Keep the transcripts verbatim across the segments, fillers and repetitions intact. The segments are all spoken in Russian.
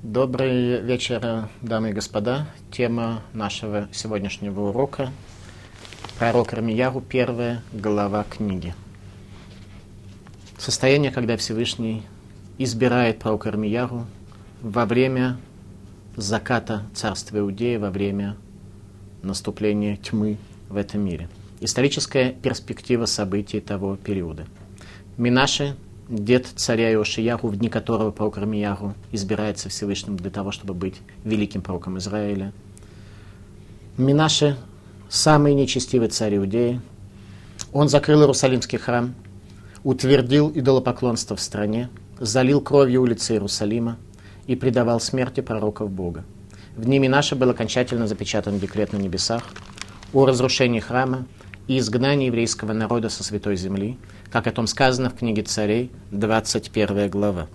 Добрый вечер, дамы и господа. Тема нашего сегодняшнего урока — пророк Ирмияху, первая глава книги. Состояние, когда Всевышний избирает пророка Ирмияху во время заката царства Иудеи, во время наступления тьмы в этом мире. Историческая перспектива событий того периода. Минаше, дед царя Иошияху, в дни которого пророк Ирмияху избирается Всевышним для того, чтобы быть великим пророком Израиля. Минаше, самый нечестивый царь Иудеи, он закрыл Иерусалимский храм, утвердил идолопоклонство в стране, залил кровью улицы Иерусалима и предавал смерти пророков Бога. В дни Минаше был окончательно запечатан декрет на небесах о разрушении храма и изгнании еврейского народа со святой земли, как о том сказано в книге Царей, двадцать первая глава.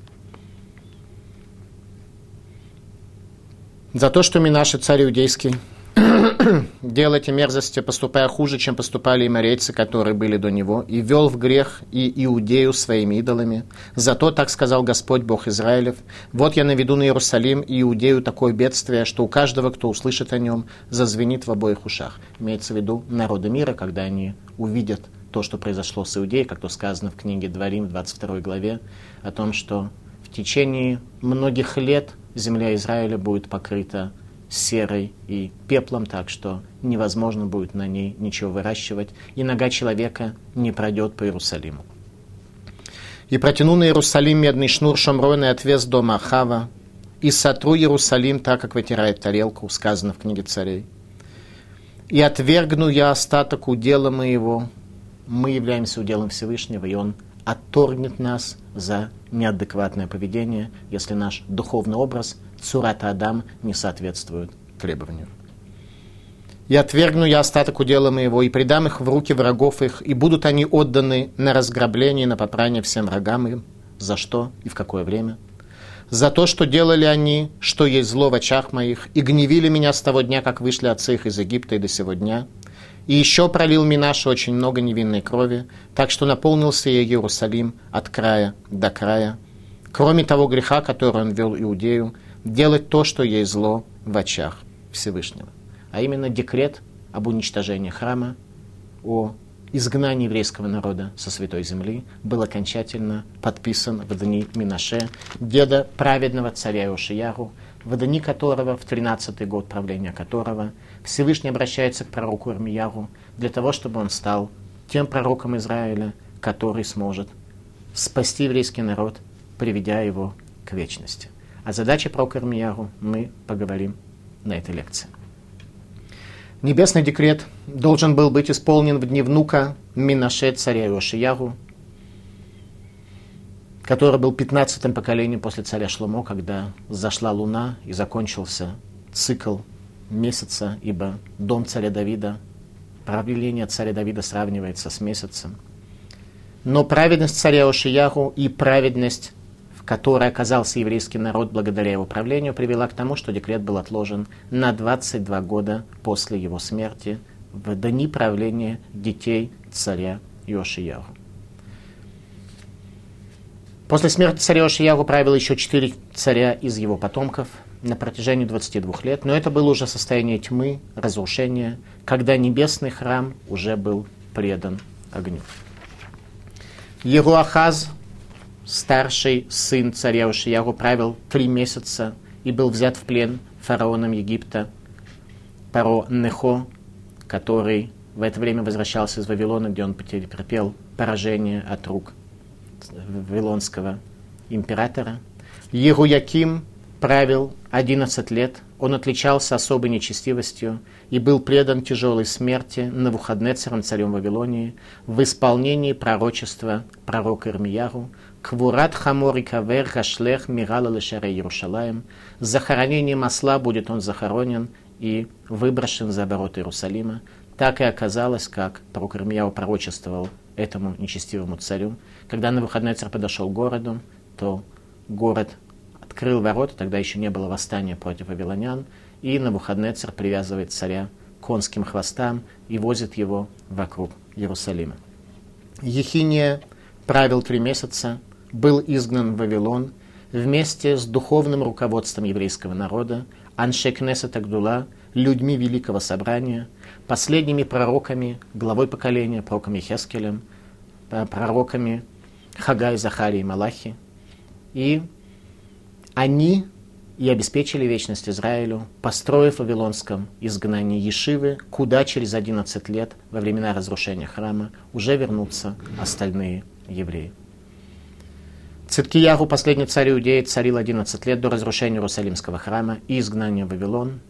За то, что Минаше, царь иудейский, делал эти мерзости, поступая хуже, чем поступали и морейцы, которые были до него, и вел в грех и Иудею своими идолами. Зато так сказал Господь Бог Израилев: вот я наведу на Иерусалим и Иудею такое бедствие, что у каждого, кто услышит о нем, зазвенит в обоих ушах. Имеется в виду народы мира, когда они увидят то, что произошло с Иудеей, как то сказано в книге Дворим, в двадцать второй главе, о том, что в течение многих лет земля Израиля будет покрыта серой и пеплом, так что невозможно будет на ней ничего выращивать, и нога человека не пройдет по Иерусалиму. «И протяну на Иерусалим медный шнур Шомрона и отвес дома Ахава, и сотру Иерусалим так, как вытирает тарелку», сказано в книге Царей. «И отвергну я остаток удела моего». Мы являемся уделом Всевышнего, и Он отторгнет нас за неадекватное поведение, если наш духовный образ Цурат Адам не соответствует требованию. «И отвергну я остаток удела моего, и предам их в руки врагов их, и будут они отданы на разграбление и на попрание всем врагам им». За что и в какое время? «За то, что делали они, что есть зло в очах моих, и гневили меня с того дня, как вышли отцы их из Египта, и до сего дня. И еще пролил Минаше очень много невинной крови, так что наполнился ей Иерусалим от края до края, кроме того греха, который он вел Иудею, делать то, что есть зло в очах Всевышнего». А именно декрет об уничтожении храма, о изгнании еврейского народа со святой земли был окончательно подписан в дни Минаше, деда праведного царя Иошияху, в дни которого, в тринадцатый год правления которого, Всевышний обращается к пророку Ирмияху для того, чтобы он стал тем пророком Израиля, который сможет спасти еврейский народ, приведя его к вечности. О задаче пророка Ирмияху мы поговорим на этой лекции. Небесный декрет должен был быть исполнен в дни внука Минаше, царя Иошияху, который был пятнадцатым поколением после царя Шломо, когда зашла луна и закончился цикл месяца, ибо дом царя Давида, правление царя Давида сравнивается с месяцем. Но праведность царя Иошияху и праведность, в которой оказался еврейский народ благодаря его правлению, привела к тому, что декрет был отложен на двадцать два года после его смерти, в дни правления детей царя Иошияху. После смерти царя Иошияху правило еще четыре царя из его потомков на протяжении двадцати двух лет, но это было уже состояние тьмы, разрушения, когда небесный храм уже был предан огню. Еруахаз, старший сын царя Иошияху, правил три месяца и был взят в плен фараоном Египта Паро Нехо, который в это время возвращался из Вавилона, где он потерпел поражение от рук вавилонского императора. Еруяким правил одиннадцать лет. Он отличался особой нечестивостью и был предан тяжелой смерти Навуходнецером, царем Вавилонии, в исполнении пророчества пророка Ирмияху: «Квурат хамор и кавер хашлех мирала лешаре Иерушалаем». С захоронением осла будет он захоронен и выброшен за обороты Иерусалима. Так и оказалось, как пророк Ирмияху пророчествовал этому нечестивому царю. Когда Навуходнецер подошел к городу, то город открыл ворота, тогда еще не было восстания против вавилонян, и Навуходнецер привязывает царя к конским хвостам и возит его вокруг Иерусалима. Ехиния правил три месяца, был изгнан в Вавилон, вместе с духовным руководством еврейского народа, Анше Кнесет Агдула, людьми Великого Собрания, последними пророками, главой поколения, пророком Ехескелем, пророками Хагай, Захарии и Малахи. И они и обеспечили вечность Израилю, построив в Вавилонском изгнании Ешивы, куда через одиннадцать лет, во времена разрушения храма, уже вернутся остальные евреи. Циткияху, последний царь Иудеи, царил одиннадцать лет до разрушения Иерусалимского храма и изгнания в Вавилон.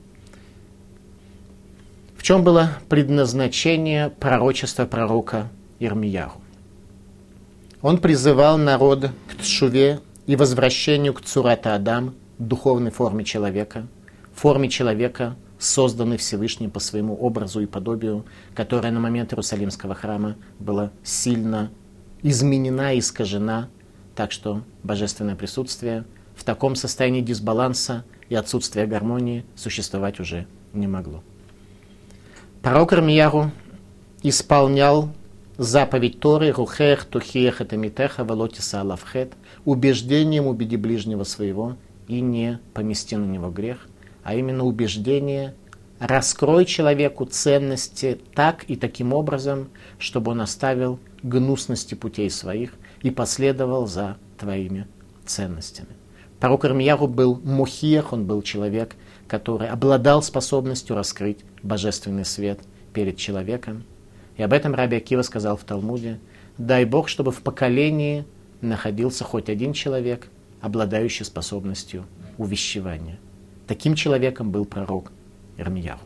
В чем было предназначение пророчества пророка Ирмияху? Он призывал народ к тшуве и возвращению к цурата Адам, духовной форме человека, форме человека, созданной Всевышним по своему образу и подобию, которая на момент Иерусалимского храма была сильно изменена и искажена, так что божественное присутствие в таком состоянии дисбаланса и отсутствия гармонии существовать уже не могло. Пророк Ирмияху исполнял заповедь Торы «Рухех тухиех этамитеха велотиса алавхет» убеждением убеди ближнего своего и не помести на него грех, а именно убеждение раскрой человеку ценности так и таким образом, чтобы он оставил гнусности путей своих и последовал за твоими ценностями. Пророк Ирмияху был мухиях, он был человек, который обладал способностью раскрыть божественный свет перед человеком. И об этом Раби Акива сказал в Талмуде: дай Бог, чтобы в поколении находился хоть один человек, обладающий способностью увещевания. Таким человеком был пророк Ирмияху.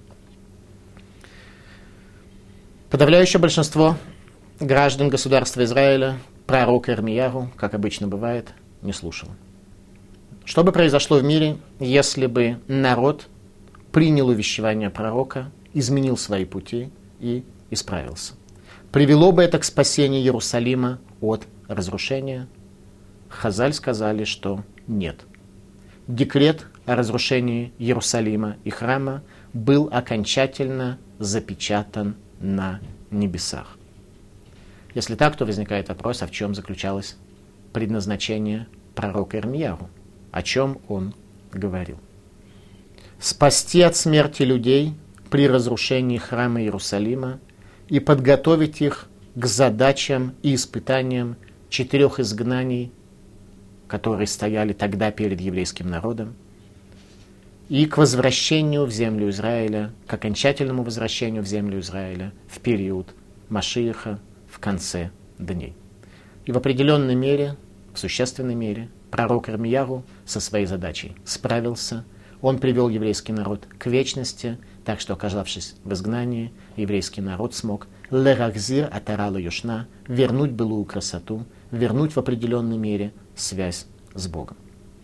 Подавляющее большинство граждан государства Израиля пророка Ирмияху, как обычно бывает, не слушало. Что бы произошло в мире, если бы народ принял увещевание пророка, изменил свои пути и исправился? Привело бы это к спасению Иерусалима от разрушения? Хазаль сказали, что нет. Декрет о разрушении Иерусалима и храма был окончательно запечатан на небесах. Если так, то возникает вопрос, а в чем заключалось предназначение пророка Ирмияху? О чем он говорил? Спасти от смерти людей при разрушении храма Иерусалима и подготовить их к задачам и испытаниям четырех изгнаний, которые стояли тогда перед еврейским народом, и к возвращению в землю Израиля, к окончательному возвращению в землю Израиля в период Машиаха в конце дней. И в определенной мере, в существенной мере, пророк Ирмияху со своей задачей справился. Он привел еврейский народ к вечности, так что, оказавшись в изгнании, еврейский народ смог лерахзир атарала юшна, вернуть былую красоту, вернуть в определенной мере связь с Богом.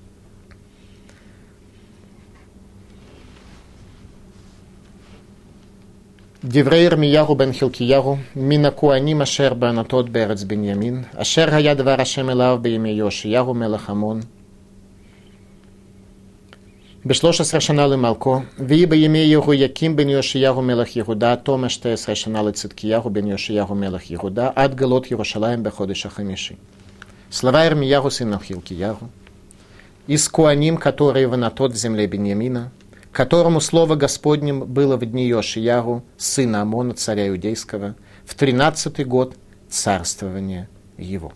Деврей Ирмияху бен Хилкияху, мин הכהנים אשר בענתות בארץ בנימין, אשר היה דבר השם אליו בימי יאשיהו מלך עמון. בשלוש עשרה שנה למלכו, ויהי בימי יהויקים בן יאשיהו מלך יהודה, תום שתי עשרה שנה לצדקיהו בן יאשיהו מלך יהודה, עד גלות ירושלים בחודש החמישי. Слова Ирмияху, сына Хилкияху, из Коаним, которые в Анатот в земле Беньямина, которому слово Господним было в дни Йошияху, сына Амона, царя Иудейского, в тринадцатый год царствования его.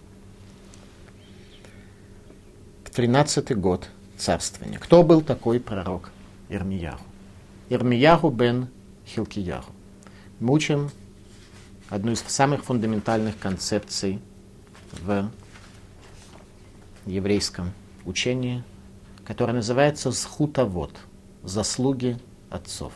В тринадцатый год царствования. Кто был такой пророк Ирмияху? Ирмияху бен Хилкияху. Мы учим одну из самых фундаментальных концепций в еврейском учении, которое называется «Зхутавот» – «Заслуги отцов».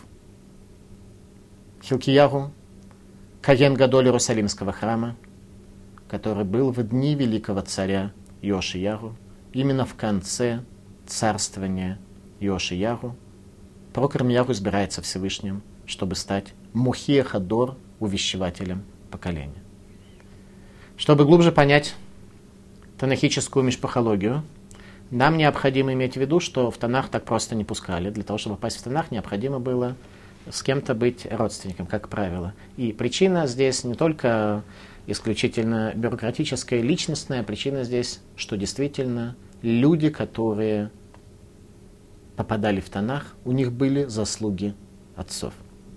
Хилкияху – коген гадоль Иерусалимского храма, который был в дни великого царя Йошияху, именно в конце царствования Йошияху. Пророк Ирмияху избирается Всевышним, чтобы стать Мухиях Адор, увещевателем поколения. Чтобы глубже понять танахическую мишпахологию, нам необходимо иметь в виду, что в Танах так просто не пускали. Для того, чтобы попасть в Танах, необходимо было с кем-то быть родственником, как правило. И причина здесь не только исключительно бюрократическая, личностная, причина здесь, что действительно люди, которые попадали в Танах, у них были заслуги отцов.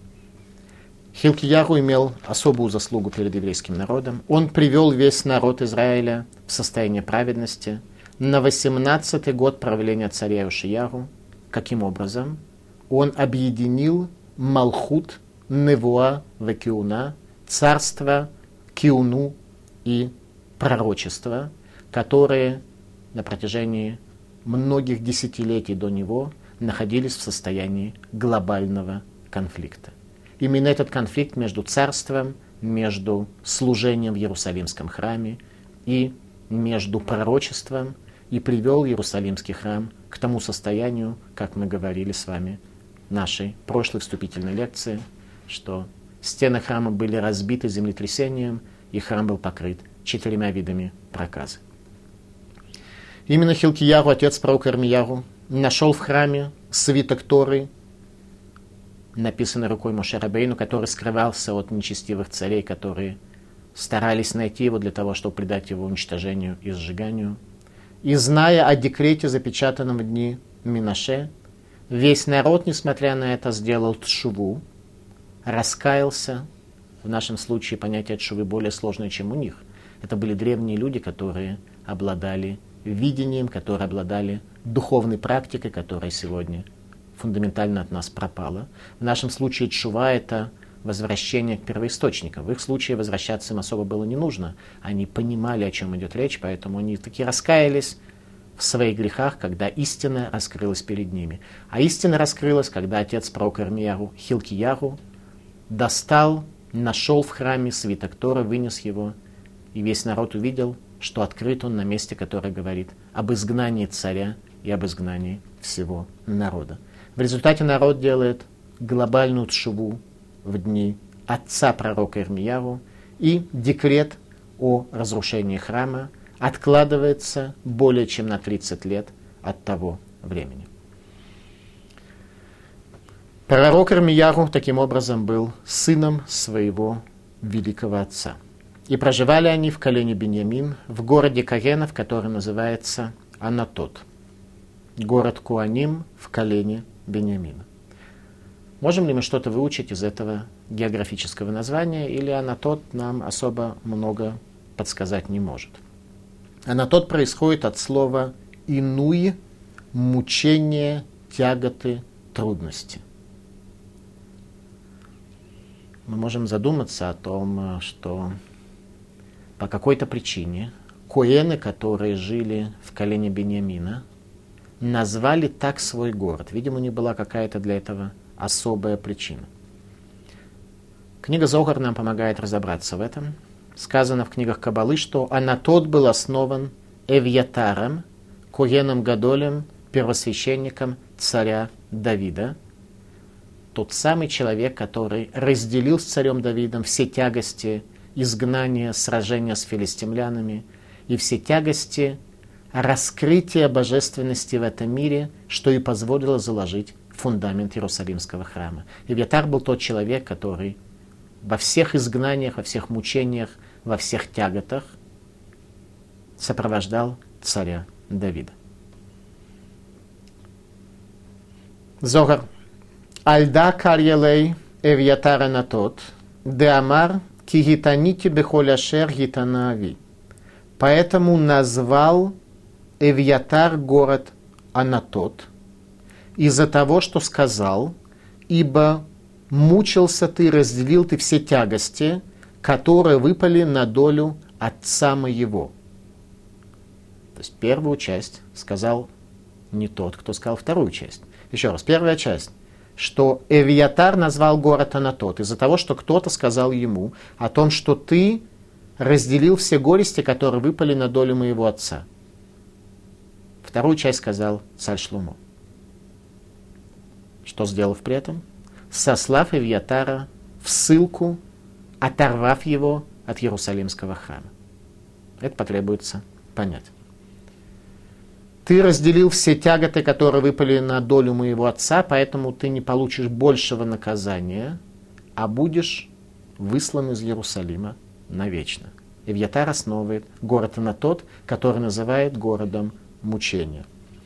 Хилкияру имел особую заслугу перед еврейским народом. Он привел весь народ Израиля в состояние праведности на восемнадцатый год правления царя Иошияру. Каким образом? Он объединил Малхут, Невуа, Векиуна, царство, Киуну и пророчество, которые на протяжении многих десятилетий до него находились в состоянии глобального конфликта. Именно этот конфликт между царством, между служением в Иерусалимском храме и между пророчеством и привел Иерусалимский храм к тому состоянию, как мы говорили с вами в нашей прошлой вступительной лекции, что стены храма были разбиты землетрясением, и храм был покрыт четырьмя видами проказы. Именно Хилкияру, отец пророка Ирмияру, нашел в храме свиток Торы, написанный рукой Моше Рабейну, который скрывался от нечестивых царей, которые старались найти его для того, чтобы предать его уничтожению и сжиганию. И зная о декрете, запечатанном в дни Минаше, весь народ, несмотря на это, сделал тшуву, раскаялся. В нашем случае понятие тшувы более сложное, чем у них. Это были древние люди, которые обладали видением, которые обладали духовной практикой, которая сегодня фундаментально от нас пропала. В нашем случае тшува — это возвращение к первоисточникам. В их случае возвращаться им особо было не нужно. Они понимали, о чем идет речь, поэтому они таки раскаялись в своих грехах, когда истина раскрылась перед ними. А истина раскрылась, когда отец пророка Ирмияру, Хилкияру, достал, нашел в храме свиток Торы, вынес его, и весь народ увидел, что открыт он на месте, которое говорит об изгнании царя и об изгнании всего народа. В результате народ делает глобальную тшуву в дни отца пророка Ирмияру, и декрет о разрушении храма откладывается более чем на тридцать лет от того времени. Пророк Ирмияру таким образом был сыном своего великого отца. И проживали они в колене Биньямин, в городе Кагенов, который называется Анатот. Город Куаним в колене Биньямина. Можем ли мы что-то выучить из этого географического названия, или Анатот нам особо много подсказать не может? Анатот происходит от слова «инуй», мучение, тяготы, трудности. Мы можем задуматься о том, что по какой-то причине коэны, которые жили в колене Биньямина, назвали так свой город. Видимо, у них была какая-то для этого особая причина. Книга Зогар нам помогает разобраться в этом. Сказано в книгах Каббалы, что Анатот был основан Эвьятаром, коэном Гадолем, первосвященником царя Давида. Тот самый человек, который разделил с царем Давидом все тягости изгнания, сражения с филистимлянами и все тягости раскрытия божественности в этом мире, что и позволило заложить фундамент Иерусалимского храма. Эвьятар был тот человек, который во всех изгнаниях, во всех мучениях, во всех тяготах сопровождал царя Давида. Зогар. Альда карьелей Эвьятар Анатот, де амар ки гитаните бехоляшер гитанаави. Поэтому назвал Эвьятар город Анатот из-за того, что сказал, ибо мучился ты, разделил ты все тягости, которые выпали на долю отца моего. То есть первую часть сказал не тот, кто сказал вторую часть. Еще раз, первая часть, что Эвьятар назвал город Анатот из-за того, что кто-то сказал ему о том, что ты разделил все горести, которые выпали на долю моего отца. Вторую часть сказал царь Шломо. Что сделав при этом? Сослав Эвьятара в ссылку, оторвав его от Иерусалимского храма. Это потребуется понять. Ты разделил все тяготы, которые выпали на долю моего отца, поэтому ты не получишь большего наказания, а будешь выслан из Иерусалима навечно. Эвьятар основывает город Анатот, который называет городом мучения.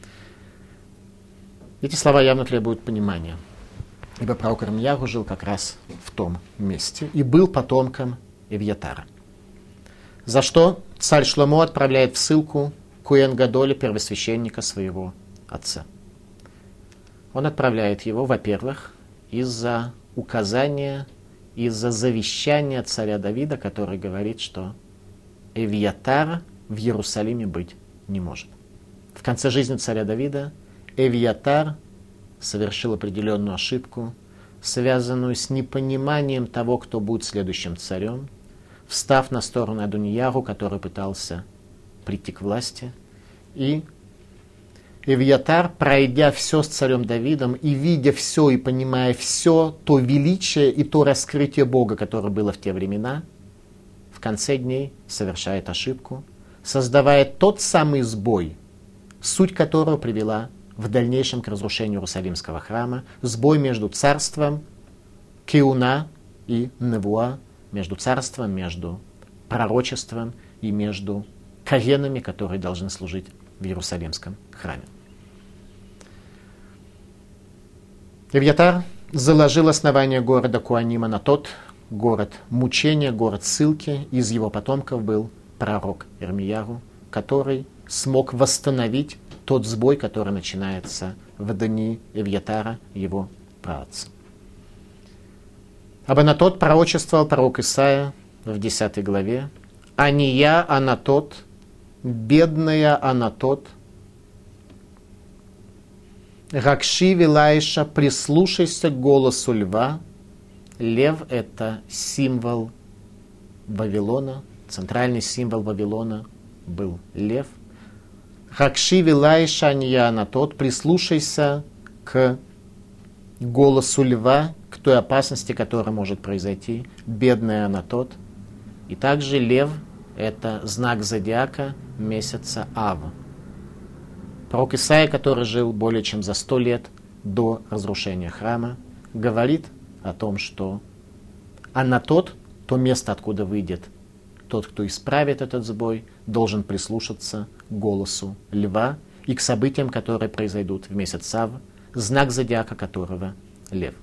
Эти слова явно требуют понимания, ибо пророк Ирмияху жил как раз в том месте и был потомком Эвьятара. За что царь Шломо отправляет в ссылку Коэн Гадоля, первосвященника своего отца. Он отправляет его, во-первых, из-за указания, из-за завещания царя Давида, который говорит, что Эвьятар в Иерусалиме быть не может. В конце жизни царя Давида Эвьятар совершил определенную ошибку, связанную с непониманием того, кто будет следующим царем, встав на сторону Адонияру, который пытался прийти к власти. И Эвьятар, пройдя все с царем Давидом и видя все и понимая все, то величие и то раскрытие Бога, которое было в те времена, в конце дней совершает ошибку, создавая тот самый сбой, суть которого привела в дальнейшем к разрушению Иерусалимского храма, сбой между царством Кеуна и Невуа, между царством, между пророчеством и между коэнами, которые должны служить в Иерусалимском храме. Эвьятар заложил основание города Куанима на тот город мучения, город ссылки. Из его потомков был пророк Ирмияху, который смог восстановить тот сбой, который начинается в дни Эвьятара, его праотца. Об Анатот пророчествовал пророк Исаия в десятой главе. «А не я, Анатот, бедная Анатот, Ракши Вилайша, прислушайся к голосу льва». Лев – это символ Вавилона, центральный символ Вавилона был лев. Ракши Вилайша, а не я, Анатот, прислушайся к голосу льва, к той опасности, которая может произойти, бедная Анатот. И также лев – это знак зодиака месяца Ава. Пророк Исаия, который жил более чем за сто лет до разрушения храма, говорит о том, что Анатот, то место, откуда выйдет тот, кто исправит этот сбой, должен прислушаться к голосу льва и к событиям, которые произойдут в месяц Ав, знак зодиака которого лев.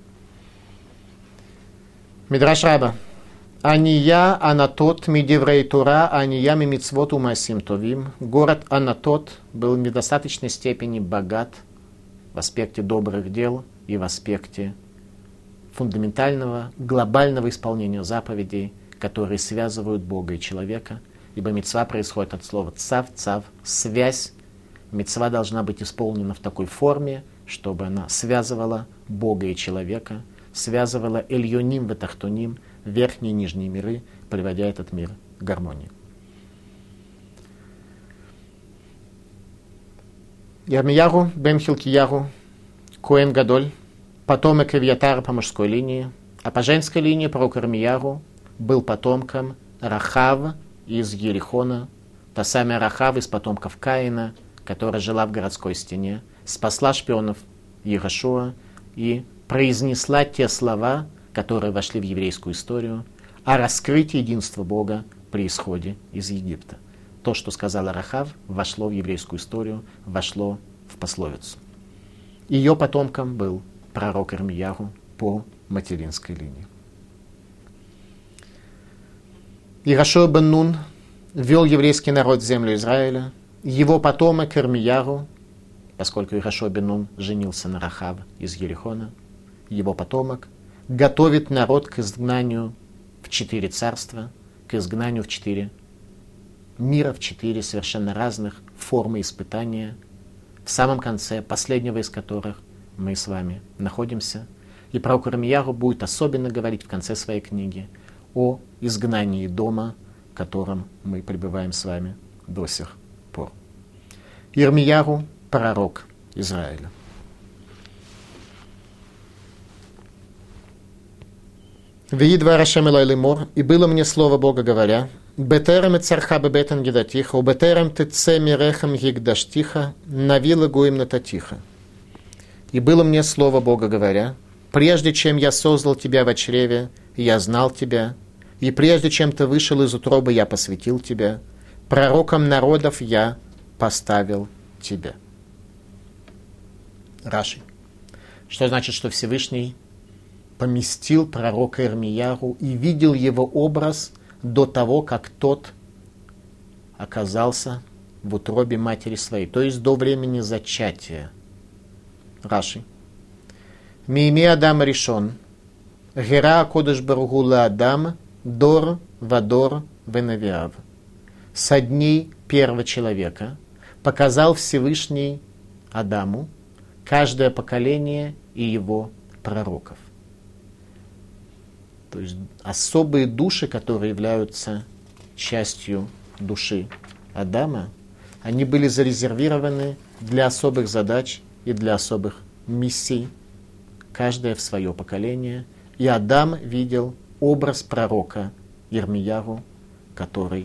Мидраш Раба. Ания Анатот мидеврей Тора, Ания мимицвот умасим товим. Город Анатот был в недостаточной степени богат в аспекте добрых дел и в аспекте фундаментального, глобального исполнения заповедей, которые связывают Бога и человека. Ибо мицва происходит от слова цав, цав, связь. Мицва должна быть исполнена в такой форме, чтобы она связывала Бога и человека, связывала эльоним ватахтоним, верхние и нижние миры, приводя этот мир к гармонии. Ирмияху бен Хилкияху, Коэн Гадоль, потомок Эвьятара по мужской линии, а по женской линии пророк Ирмияху был потомком Рахав из Ерихона, та самая Рахав из потомков Каина, которая жила в городской стене, спасла шпионов Йеошуа и произнесла те слова, которые вошли в еврейскую историю, о раскрытии единства Бога при исходе из Египта. То, что сказала Рахав, вошло в еврейскую историю, вошло в пословицу. Ее потомком был пророк Ирмияху по материнской линии. Йеошуа бен Нун ввел еврейский народ в землю Израиля. Его потомок Ирмияху, поскольку Йеошуа бен Нун женился на Рахав из Ерихона, его потомок готовит народ к изгнанию в четыре царства, к изгнанию в четыре мира, в четыре совершенно разных формы испытания, в самом конце, последнего из которых мы с вами находимся. И пророк Ирмияху будет особенно говорить в конце своей книги о изгнании дома, в котором мы пребываем с вами до сих пор. Ирмияху – пророк Израиля. «Виидва Рашем Элой лемор, и было мне слово Бога, говоря, бетерем и царха бебетен гидатиха, у бетерем тыце мирехам гигдаштиха, навила гуим нататиха. И было мне слово Бога, говоря, прежде чем я создал тебя в чреве, я знал тебя, и прежде чем ты вышел из утробы, я посвятил тебя, пророком народов я поставил тебя. Раши. Что значит, что Всевышний поместил пророка Ирмияру и видел его образ до того, как тот оказался в утробе матери своей, то есть до времени зачатия. Раши. Миими Адам решен, гера кодыш баругула Адам, дор вадор венавиав. Со дней первого человека показал Всевышний Адаму каждое поколение и его пророков. То есть особые души, которые являются частью души Адама, они были зарезервированы для особых задач и для особых миссий, каждое в свое поколение. И Адам видел образ пророка Ирмияру, который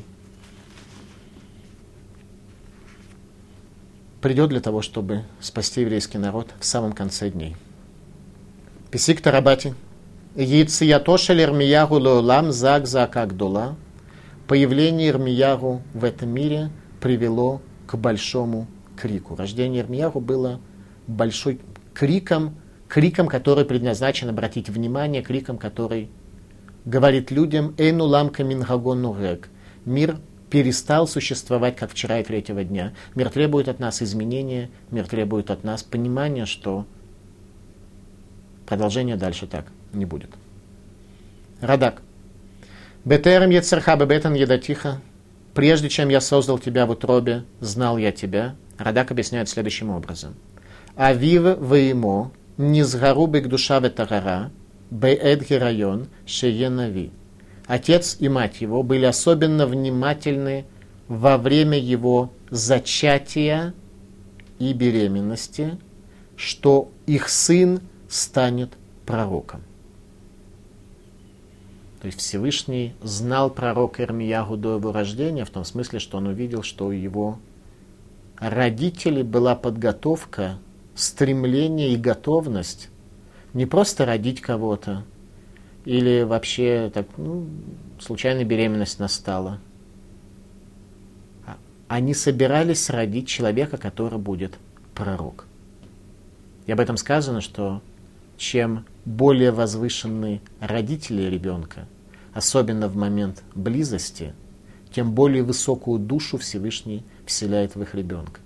придет для того, чтобы спасти еврейский народ в самом конце дней. Писик Тарабати. Яйциятошель Ирмияру леолам заг закагдула. Появление Ирмияру в этом мире привело к большому крику. Рождение Ирмияру было большой криком, криком, который предназначен обратить внимание, криком, который говорит людям «Эйну ламка мингагон нурек». Мир перестал существовать, как вчера и третьего дня. Мир требует от нас изменения, мир требует от нас понимания, что продолжения дальше так не будет. Радак. Бетерем ецерха бебетан едатиха. Прежде чем я создал тебя в утробе, знал я тебя. Радак объясняет следующим образом. Авив веимо низгару бекдуша ветагара беэд герайон шеенави. Отец и мать его были особенно внимательны во время его зачатия и беременности, что их сын станет пророком. То есть Всевышний знал пророка Ирмияру до его рождения, в том смысле, что он увидел, что у его родителей была подготовка, стремление и готовность не просто родить кого-то, или вообще так, ну, случайная беременность настала. Они собирались родить человека, который будет пророк. И об этом сказано, что чем более возвышенные родители ребенка, особенно в момент близости, тем более высокую душу Всевышний вселяет в их ребенка.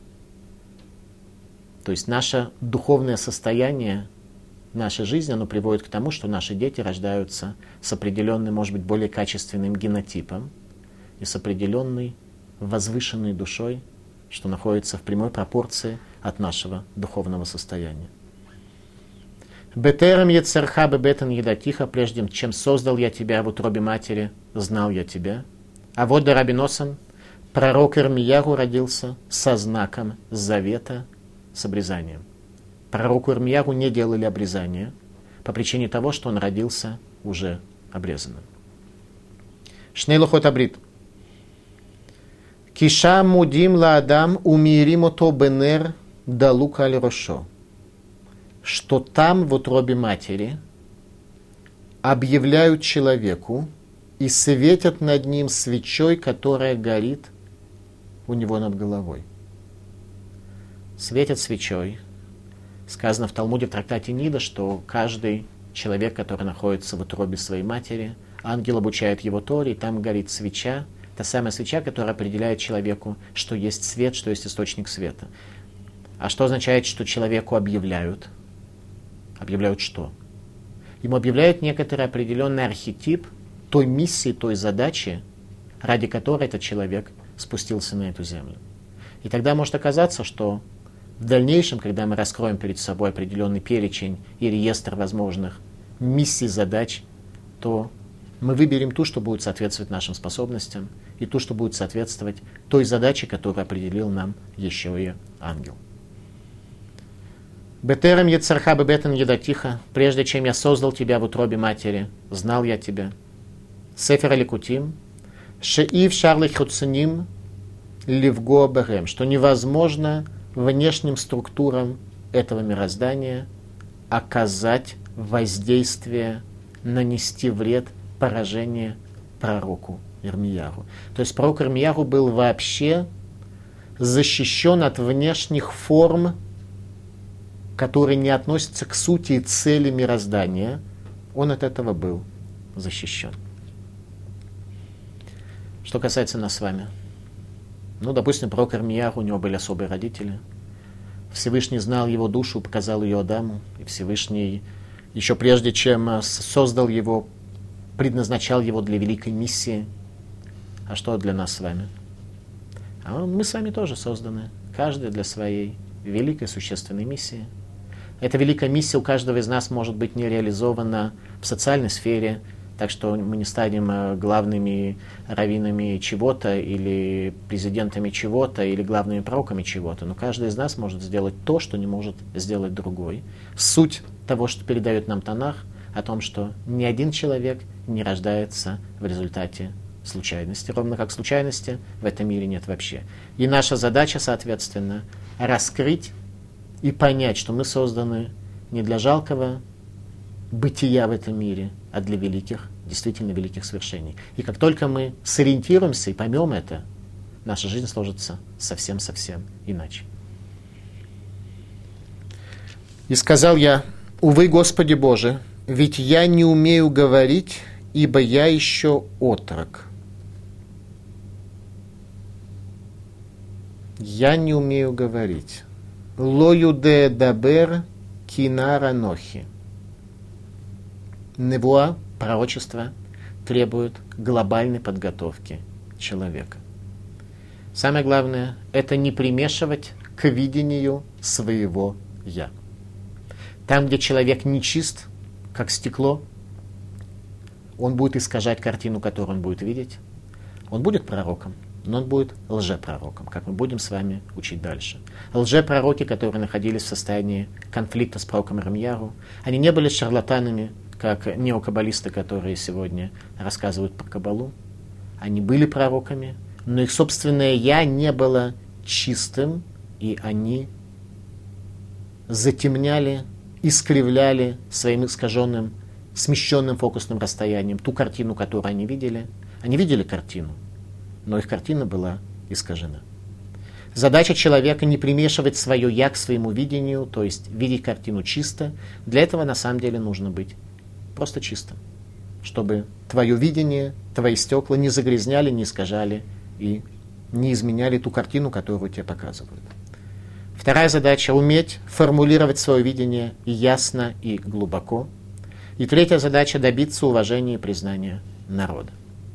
То есть наше духовное состояние, наша жизнь, оно приводит к тому, что наши дети рождаются с определенным, может быть, более качественным генотипом и с определенной возвышенной душой, что находится в прямой пропорции от нашего духовного состояния. Бетерем ецерха бебетан едатиха, прежде чем создал я тебя в утробе матери, знал я тебя. А вот до Рабиносан, пророк Ирмияру родился со знаком завета, с обрезанием. Пророку Ирмияру не делали обрезания по причине того, что он родился уже обрезанным. Шнейлухот абрит. Киша мудим ла адам умирим ото бенер далука аль рошо. Что там, в утробе матери, объявляют человеку и светят над ним свечой, которая горит у него над головой. Светят свечой. Сказано в Талмуде, в трактате Нида, что каждый человек, который находится в утробе своей матери, ангел обучает его Торе, и там горит свеча, та самая свеча, которая определяет человеку, что есть свет, что есть источник света. А что означает, что человеку объявляют? Объявляют что? Ему объявляют некоторый определенный архетип той миссии, той задачи, ради которой этот человек спустился на эту землю. И тогда может оказаться, что в дальнейшем, когда мы раскроем перед собой определенный перечень и реестр возможных миссий, задач, то мы выберем ту, что будет соответствовать нашим способностям, и ту, что будет соответствовать той задаче, которую определил нам еще и ангел. Бетерем ецарха бебетен едатиха, прежде чем я создал тебя в утробе матери, знал я тебя. Сефер Ликутим, шеив шарлих хуцаним ливго бэгэм, что невозможно внешним структурам этого мироздания оказать воздействие, нанести вред, поражение пророку Ирмияру. То есть пророк Ирмияру был вообще защищен от внешних форм, которые не относятся к сути и цели мироздания, он от этого был защищен. Что касается нас с вами. Ну, допустим, пророк Ирмияху, у него были особые родители. Всевышний знал его душу, показал ее Адаму. И Всевышний, еще прежде чем создал его, предназначал его для великой миссии. А что для нас с вами? А мы с вами тоже созданы. Каждый для своей великой существенной миссии. Эта великая миссия у каждого из нас может быть не реализована в социальной сфере, так что мы не станем главными раввинами чего-то, или президентами чего-то, или главными пророками чего-то. Но каждый из нас может сделать то, что не может сделать другой. Суть того, что передает нам Танах, о том, что ни один человек не рождается в результате случайности, ровно как случайности в этом мире нет вообще. И наша задача, соответственно, раскрыть и понять, что мы созданы не для жалкого бытия в этом мире, а для великих, действительно великих свершений. И как только мы сориентируемся и поймем это, наша жизнь сложится совсем-совсем иначе. И сказал я: увы, Господи Боже, ведь я не умею говорить, ибо я еще отрок. Я не умею говорить. Ло юде дабер кинара нохи. Невуа, пророчество, требует глобальной подготовки человека. Самое главное – это не примешивать к видению своего «я». Там, где человек нечист, как стекло, он будет искажать картину, которую он будет видеть. Он будет пророком, но он будет лжепророком, как мы будем с вами учить дальше. Лжепророки, которые находились в состоянии конфликта с пророком Ирмияху, они не были шарлатанами, как неокаббалисты, которые сегодня рассказывают про Каббалу. Они были пророками, но их собственное «я» не было чистым, и они затемняли, искривляли своим искаженным, смещенным фокусным расстоянием ту картину, которую они видели. Они видели картину, но их картина была искажена. Задача человека не примешивать свое «я» к своему видению, то есть видеть картину чисто. Для этого на самом деле нужно быть просто чистым, чтобы твое видение, твои стекла не загрязняли, не искажали и не изменяли ту картину, которую тебе показывают. Вторая задача – уметь формулировать свое видение ясно и глубоко. И третья задача – добиться уважения и признания народа.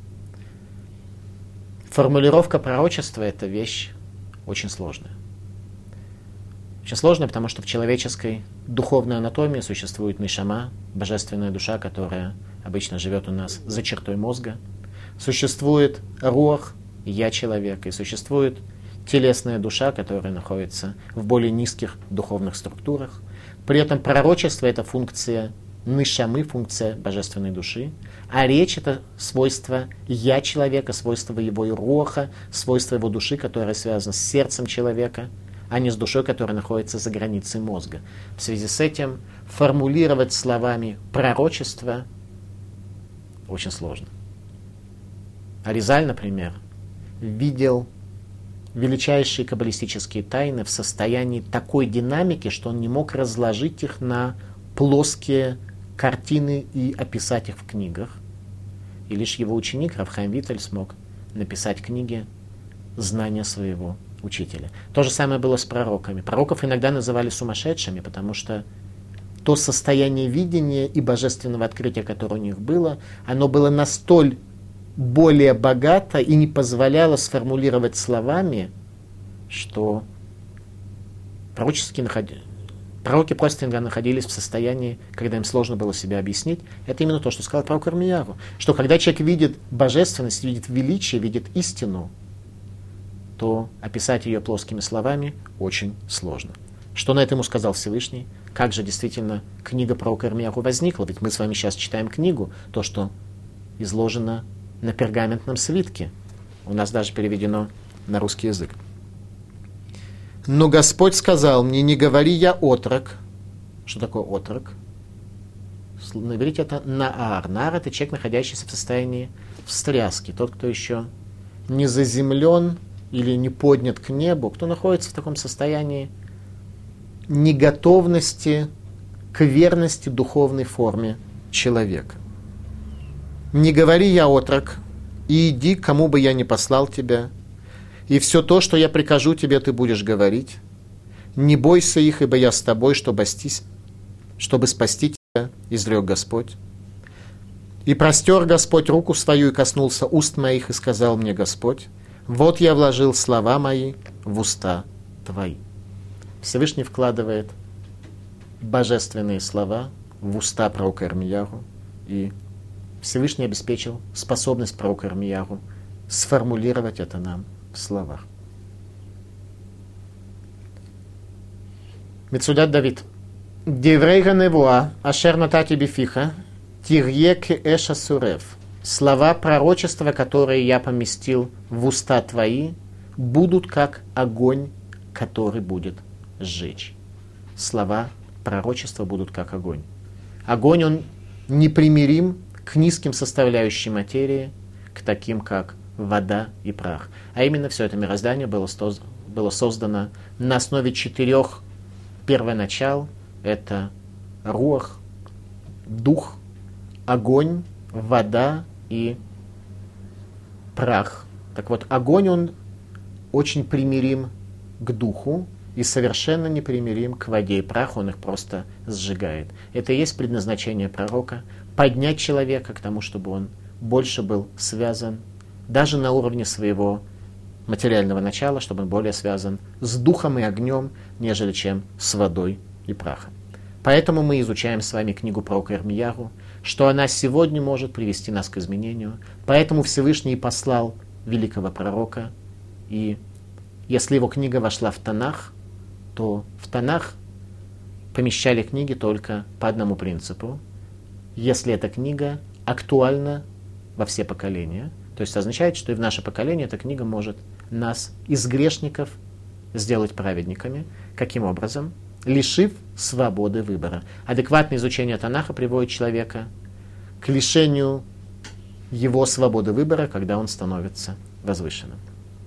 Формулировка пророчества – это вещь очень сложная. Очень сложная, потому что в человеческой духовной анатомии существует нишама, божественная душа, которая обычно живет у нас за чертой мозга. Существует руах, я человек, и существует телесная душа, которая находится в более низких духовных структурах. При этом пророчество – это функция нишамы, функция божественной души, а речь – это свойство я человека, свойство его руаха, свойство его души, которое связано с сердцем человека, а не с душой, которая находится за границей мозга. В связи с этим формулировать словами пророчество очень сложно. Аризаль, например, видел величайшие каббалистические тайны в состоянии такой динамики, что он не мог разложить их на плоские картины и описать их в книгах. И лишь его ученик Рав Хаим Виттель смог написать книги знания своего учителя. То же самое было с пророками. Пророков иногда называли сумасшедшими, потому что то состояние видения и божественного открытия, которое у них было, оно было настолько более богато и не позволяло сформулировать словами, что пророческие находились. Пророки просто иногда находились в состоянии, когда им сложно было себя объяснить. Это именно то, что сказал пророк Ирмияху, что когда человек видит божественность, видит величие, видит истину, то описать ее плоскими словами очень сложно. Что на это ему сказал Всевышний? Как же действительно книга пророка Ирмияху возникла? Ведь мы с вами сейчас читаем книгу, то, что изложено на пергаментном свитке. У нас даже переведено на русский язык. Но Господь сказал мне: не говори я отрок. Что такое отрок? На иврите это наар. Наар – это человек, находящийся в состоянии встряски. Тот, кто еще не заземлен или не поднят к небу, кто находится в таком состоянии неготовности к верности духовной форме человека. Не говори, я отрок, и иди, кому бы я ни послал тебя, и все то, что я прикажу тебе, ты будешь говорить. Не бойся их, ибо я с тобой, чтобы спасти, чтобы спасти тебя, изрек Господь. И простер Господь руку свою и коснулся уст моих, и сказал мне Господь: вот я вложил слова мои в уста твои. Всевышний вкладывает божественные слова в уста пророка Ирмиягу, и Всевышний обеспечил способность пророка Ирмиягу сформулировать это нам в словах. Мецудат Давид. Деврейга невуа, ашер натати бифиха, тирье ке эша сурев. Слова пророчества, которые я поместил в уста твои, будут как огонь, который будет сжечь. Слова пророчества будут как огонь. Огонь, он непримирим к низким составляющим материи, к таким, как вода и прах. А именно все это мироздание было, стоз... было создано на основе четырех первоначал. Это руах, дух, огонь, вода и прах. Так вот, огонь, он очень примирим к духу и совершенно непримирим к воде и праху, он их просто сжигает. Это и есть предназначение пророка — поднять человека к тому, чтобы он больше был связан, даже на уровне своего материального начала, чтобы он более связан с духом и огнем, нежели чем с водой и прахом. Поэтому мы изучаем с вами книгу пророка Ирмиягу, что она сегодня может привести нас к изменению. Поэтому Всевышний послал великого пророка, и если его книга вошла в Танах, то в Танах помещали книги только по одному принципу. Если эта книга актуальна во все поколения, то есть означает, что и в наше поколение эта книга может нас из грешников сделать праведниками. Каким образом? Лишив свободы выбора. Адекватное изучение Танаха приводит человека к лишению его свободы выбора, когда он становится возвышенным.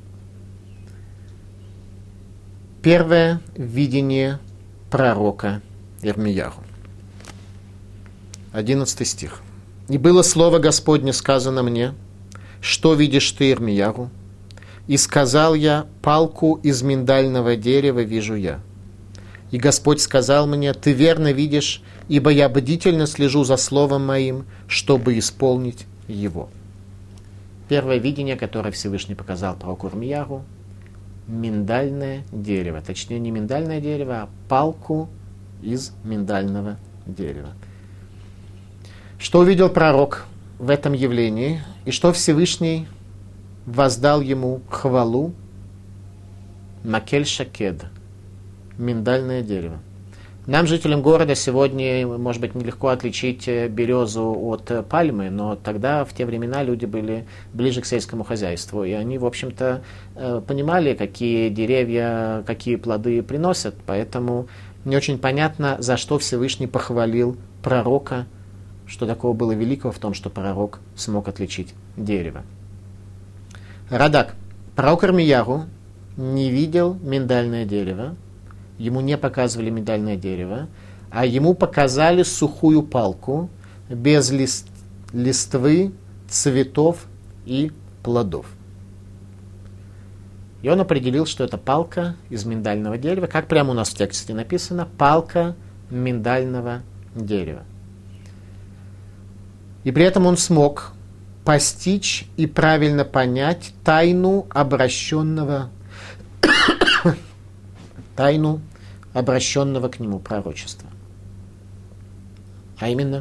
Первое видение пророка Ирмиягу. Одиннадцатый стих. «И было слово Господне сказано мне: что видишь ты, Ирмиягу? И сказал я: палку из миндального дерева вижу я. И Господь сказал мне: ты верно видишь, ибо я бдительно слежу за словом моим, чтобы исполнить его». Первое видение, которое Всевышний показал пророку Ирмиягу: миндальное дерево. Точнее, не миндальное дерево, а палку из миндального дерева. Что увидел пророк в этом явлении, и что Всевышний воздал ему хвалу? Макель шакед, миндальное дерево. Нам, жителям города, сегодня, может быть, нелегко отличить березу от пальмы, но тогда, в те времена, люди были ближе к сельскому хозяйству, и они, в общем-то, понимали, какие деревья, какие плоды приносят, поэтому не очень понятно, за что Всевышний похвалил пророка, что такого было великого в том, что пророк смог отличить дерево. Радак. Пророк Ирмиягу не видел миндальное дерево, ему не показывали миндальное дерево, а ему показали сухую палку без лист, листвы, цветов и плодов. И он определил, что это палка из миндального дерева, как прямо у нас в тексте написано, палка миндального дерева. И при этом он смог постичь и правильно понять тайну обращенного, тайну обращенного к нему пророчества. А именно,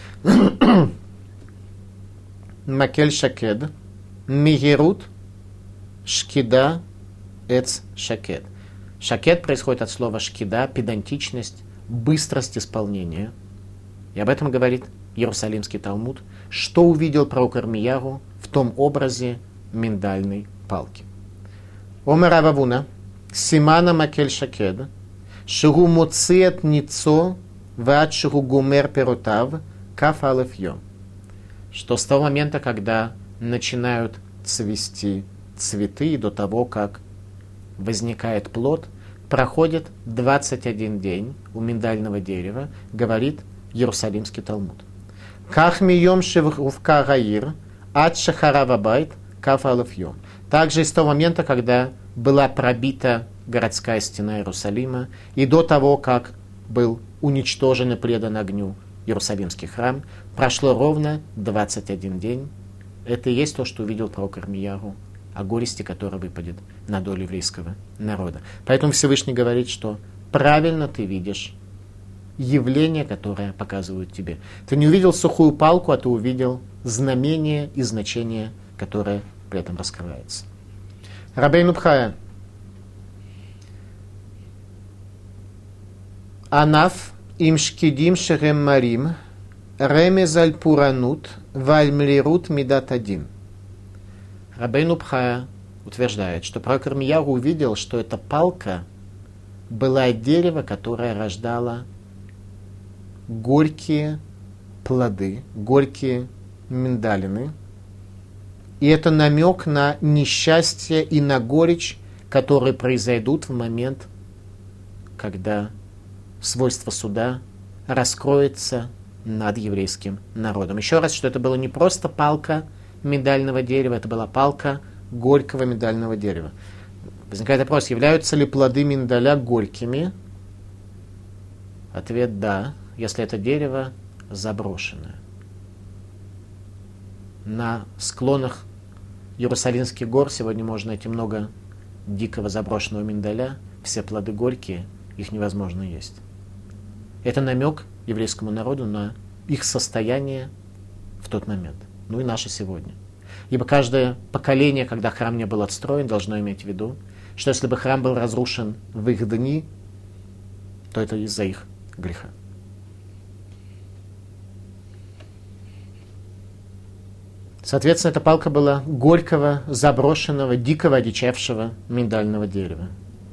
Макель шакед, мигерут, шкида, эц шакед. Шакед происходит от слова шкида, педантичность, быстрость исполнения. И об этом говорит Иерусалимский Талмуд, что увидел пророк Ирмиягу в том образе миндальной палки. Омер Рав Авуна, симана макель шакед, шигу моциет ницо, вад шигу гумер перутав, каф алеф йом. Что с того момента, когда начинают цвести цветы и до того, как возникает плод, проходит двадцать один день у миндального дерева, говорит Иерусалимский Талмуд. Ках мием шевувка гаир, ад шахарава байт, каф алеф йом. Также с того момента, когда была пробита городская стена Иерусалима, и до того, как был уничтожен и предан огню Иерусалимский храм, прошло ровно двадцать один день. Это и есть то, что увидел пророк Ирмияху о горести, которая выпадет на долю еврейского народа. Поэтому Всевышний говорит, что правильно ты видишь явление, которое показывают тебе. Ты не увидел сухую палку, а ты увидел знамение и значение, которое при этом раскрывается. Рабейну Бхая. Анаф им шкидим шерем марим ремез аль пуранут валь млирут мидат адин. Рабейну Бхая утверждает, что пророк Ирмияху увидел, что эта палка была дерево, которое рождало горькие плоды, горькие миндалины. И это намек на несчастье и на горечь, которые произойдут в момент, когда свойство суда раскроется над еврейским народом. Еще раз, что это была не просто палка миндального дерева, это была палка горького миндального дерева. Возникает вопрос, являются ли плоды миндаля горькими? Ответ – да, если это дерево заброшенное. На склонах Иерусалимских гор сегодня можно найти много дикого заброшенного миндаля, все плоды горькие, их невозможно есть. Это намек еврейскому народу на их состояние в тот момент, ну и наше сегодня. Ибо каждое поколение, когда храм не был отстроен, должно иметь в виду, что если бы храм был разрушен в их дни, то это из-за их греха. Соответственно, эта палка была горького, заброшенного, дикого, одичавшего миндального дерева.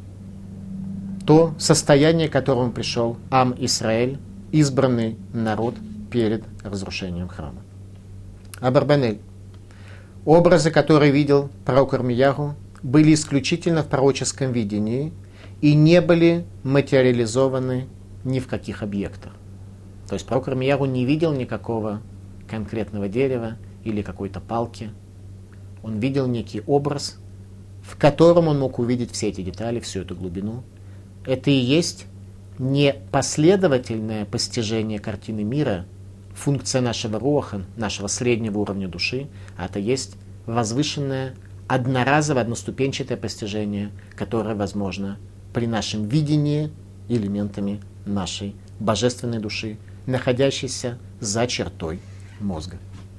То состояние, к которому пришел Ам Исраэль, избранный народ перед разрушением храма. Абарбанель. Образы, которые видел пророк Ирмияху, были исключительно в пророческом видении и не были материализованы ни в каких объектах. То есть пророк Ирмияху не видел никакого конкретного дерева или какой-то палки. Он видел некий образ, в котором он мог увидеть все эти детали, всю эту глубину. Это и есть не последовательное постижение картины мира, функция нашего руаха, нашего среднего уровня души, а это есть возвышенное, одноразовое, одноступенчатое постижение, которое возможно при нашем видении элементами нашей божественной души, находящейся за чертой мозга.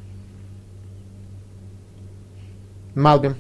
Малбим.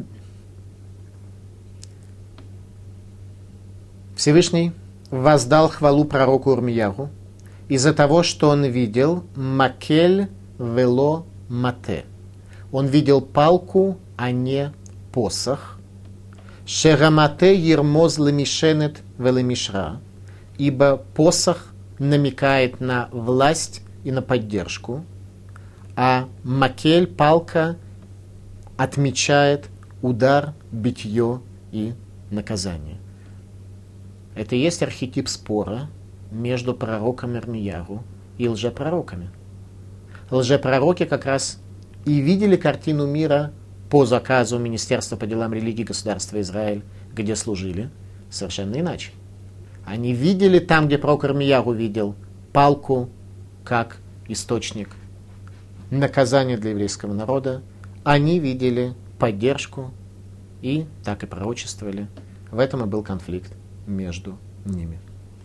Всевышний воздал хвалу пророку Ирмияху из-за того, что он видел макель вело мате. Он видел палку, а не посох. Шерамате ермоз лемишенет велемишра. Ибо посох намекает на власть и на поддержку, а макель, палка, отмечает удар, битье и наказание. Это и есть архетип спора между пророком Ирмияху и лжепророками. Лжепророки как раз и видели картину мира по заказу Министерства по делам религии государства Израиль, где служили, совершенно иначе. Они видели там, где пророк Ирмияху видел палку как источник наказания для еврейского народа. Они видели поддержку и так и пророчествовали. В этом и был конфликт между ними.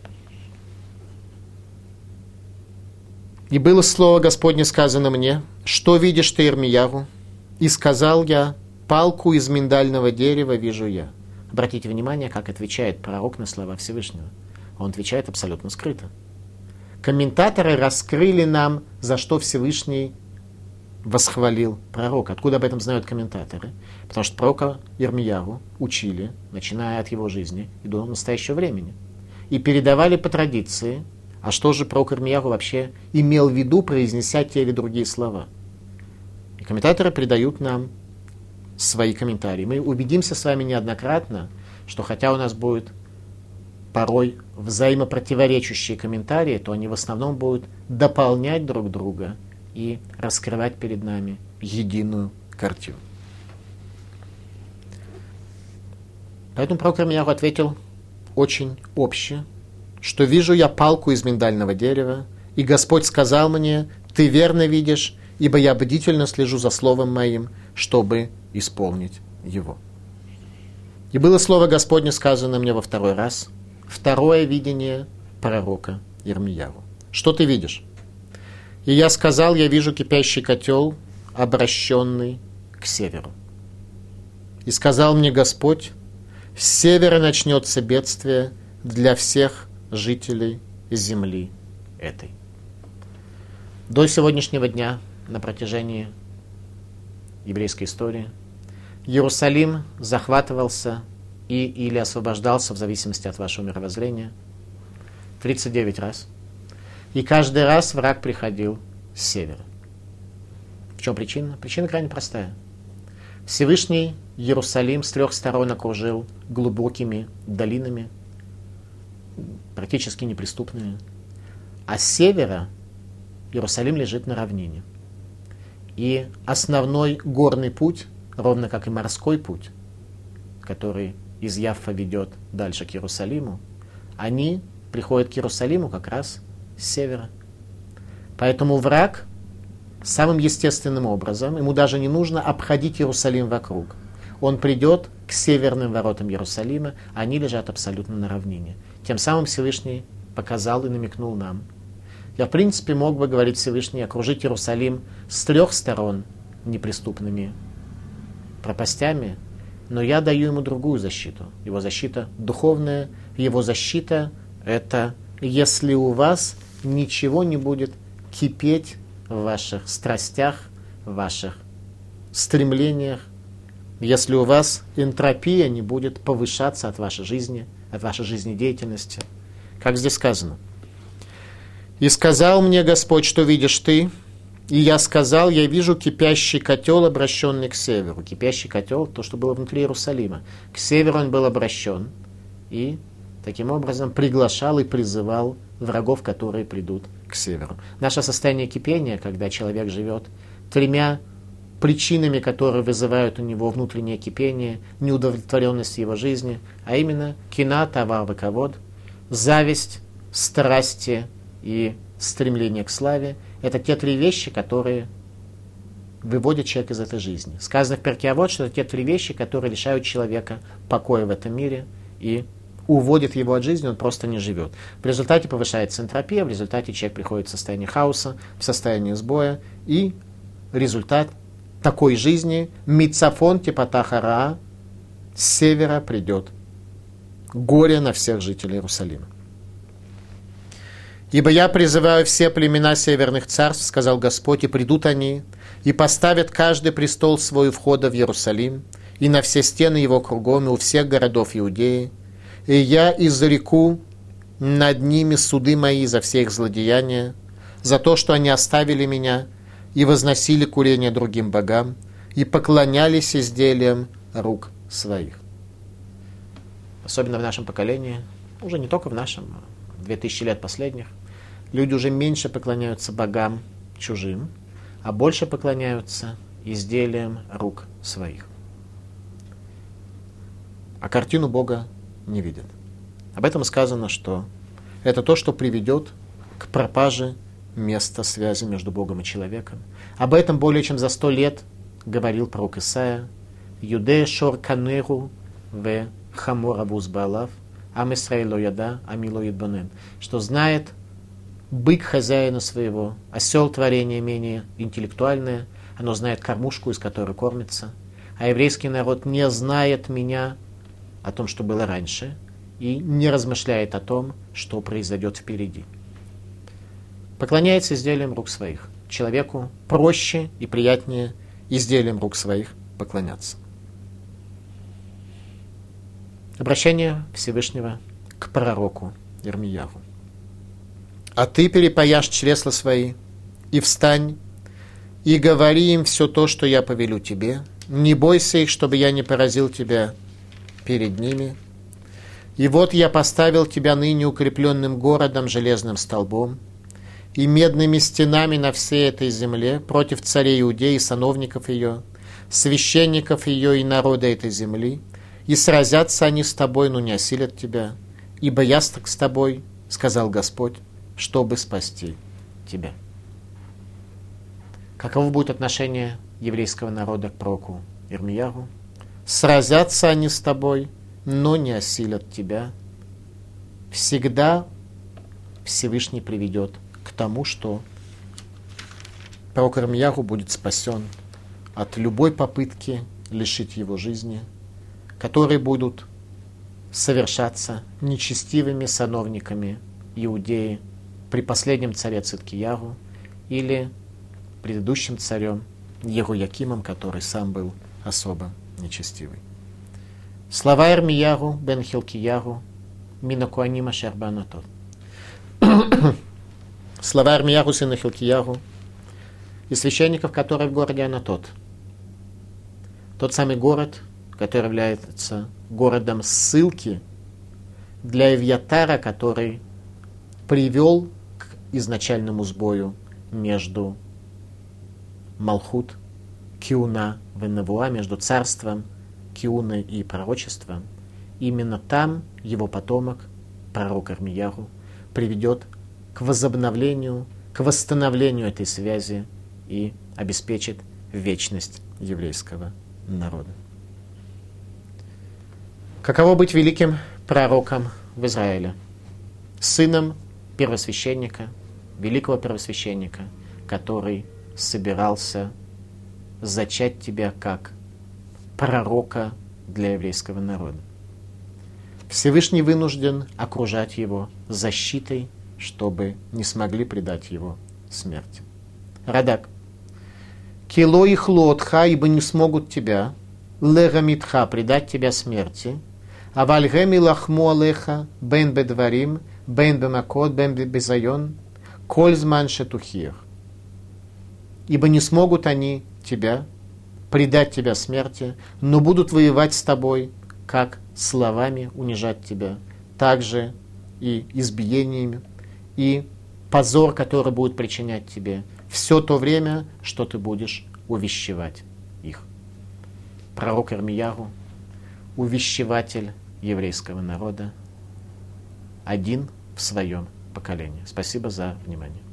«И было слово Господне сказано мне, что видишь ты, Ирмияху? И сказал я, палку из миндального дерева вижу я». Обратите внимание, как отвечает пророк на слова Всевышнего. Он отвечает абсолютно скрыто. Комментаторы раскрыли нам, за что Всевышний восхвалил пророка. Откуда об этом знают комментаторы? Потому что пророка Ирмияху учили, начиная от его жизни и до настоящего времени. И передавали по традиции, а что же пророк Ирмияху вообще имел в виду, произнеся те или другие слова. И комментаторы передают нам свои комментарии. Мы убедимся с вами неоднократно, что хотя у нас будет порой взаимопротиворечащие комментарии, то они в основном будут дополнять друг друга и раскрывать перед нами единую картину. Поэтому пророк Ирмияху ответил очень обще, что вижу я палку из миндального дерева, и Господь сказал мне: ты верно видишь, ибо я бдительно слежу за словом моим, чтобы исполнить его. И было слово Господне сказано мне во второй раз, второе видение пророка Ирмияху. Что ты видишь? И я сказал: я вижу кипящий котел, обращенный к северу. И сказал мне Господь: с севера начнется бедствие для всех жителей земли этой. До сегодняшнего дня, на протяжении еврейской истории, Иерусалим захватывался и или освобождался, в зависимости от вашего мировоззрения, тридцать девять раз. И каждый раз враг приходил с севера. В чем причина? Причина крайне простая. Всевышний Иерусалим с трех сторон окружил глубокими долинами, практически неприступными. А с севера Иерусалим лежит на равнине. И основной горный путь, ровно как и морской путь, который из Яффа ведет дальше к Иерусалиму, они приходят к Иерусалиму как раз с севера. Поэтому враг самым естественным образом, ему даже не нужно обходить Иерусалим вокруг. Он придет к северным воротам Иерусалима, они лежат абсолютно на равнине. Тем самым Всевышний показал и намекнул нам. Я, в принципе, мог бы, говорить Всевышний, окружить Иерусалим с трех сторон неприступными пропастями, но я даю ему другую защиту. Его защита духовная, его защита – это если у вас ничего не будет кипеть в ваших страстях, в ваших стремлениях, если у вас энтропия не будет повышаться от вашей жизни, от вашей жизнедеятельности. Как здесь сказано. «И сказал мне Господь, что видишь ты, и я сказал, я вижу кипящий котел, обращенный к северу». Кипящий котел, то, что было внутри Иерусалима. К северу он был обращен и таким образом приглашал и призывал врагов, которые придут к северу. Наше состояние кипения, когда человек живет тремя причинами, которые вызывают у него внутреннее кипение, неудовлетворенность его жизни, а именно кина, тавар, ваковод, зависть, страсти и стремление к славе. Это те три вещи, которые выводят человека из этой жизни. Сказано в Перкей Авот, что это те три вещи, которые лишают человека покоя в этом мире и уводит его от жизни, он просто не живет. В результате повышается энтропия, в результате человек приходит в состояние хаоса, в состояние сбоя, и результат такой жизни мицафон типатахара, с севера придет горе на всех жителей Иерусалима. «Ибо я призываю все племена северных царств, сказал Господь, и придут они, и поставят каждый престол свой у входа в Иерусалим, и на все стены его кругом, и у всех городов Иудеи, и я изреку над ними суды мои за все их злодеяния, за то, что они оставили меня и возносили курение другим богам, и поклонялись изделиям рук своих». Особенно в нашем поколении, уже не только в нашем, а две тысячи лет последних, люди уже меньше поклоняются богам чужим, а больше поклоняются изделиям рук своих. А картину Бога не видят. Об этом сказано, что это то, что приведет к пропаже места связи между Богом и человеком. Об этом более чем за сто лет говорил пророк Исаия. «Юде шор канеру ве хамор абуз баалав, ам Исраэль ло яда, ами ло идбанен». Что знает бык хозяина своего, осел творение менее интеллектуальное, оно знает кормушку, из которой кормится. А еврейский народ не знает меня, о том, что было раньше, и не размышляет о том, что произойдет впереди. Поклоняется изделиям рук своих. Человеку проще и приятнее изделиям рук своих поклоняться. Обращение Всевышнего к пророку Ирмияху. «А ты перепояшь чресла свои, и встань, и говори им все то, что я повелю тебе, Не бойся их, чтобы я не поразил тебя перед ними. И вот я поставил тебя ныне укрепленным городом, железным столбом и медными стенами на всей этой земле против царей Иудеи и сановников ее, священников ее и народа этой земли, и сразятся они с тобой, но не осилят тебя, ибо я с тобой, сказал Господь, чтобы спасти тебя. Каково будет отношение еврейского народа к пророку Ирмияру? Сразятся они с тобой, но не осилят тебя. Всегда Всевышний приведет к тому, что пророк Ирмияру будет спасен от любой попытки лишить его жизни, которые будут совершаться нечестивыми сановниками Иудеи при последнем царе Циткияру или предыдущим царем Еруякимом, который сам был особо нечестивый. Слова Ирмияру бен Хилкияру мина Коаним ашер беанатот. Слова Ирмияру сына Хилкияру и священников, которые в городе Анатот. Тот самый город, который является городом ссылки для Эвьятара, который привел к изначальному сбою между Малхут, Киуна, Веневуа, между царством Киуны и пророчеством. Именно там его потомок, пророк Ирмияру, приведет к возобновлению, к восстановлению этой связи и обеспечит вечность еврейского народа. Каково быть великим пророком в Израиле? Сыном первосвященника, великого первосвященника, который собирался зачать тебя как пророка для еврейского народа. Всевышний вынужден окружать его защитой, чтобы не смогли предать его смерти. Радак. Кило их лотха, ибо не смогут тебя, легамитха, предать тебя смерти, а вальгеми лахму алеха, бен бедварим, бен бемакот, бен безайон, коль зман шетухир. Ибо не смогут они тебя, предать тебя смерти, но будут воевать с тобой, как словами унижать тебя, также и избиениями, и позор, который будет причинять тебе все то время, что ты будешь увещевать их. Пророк Ирмияру, увещеватель еврейского народа, один в своем поколении. Спасибо за внимание.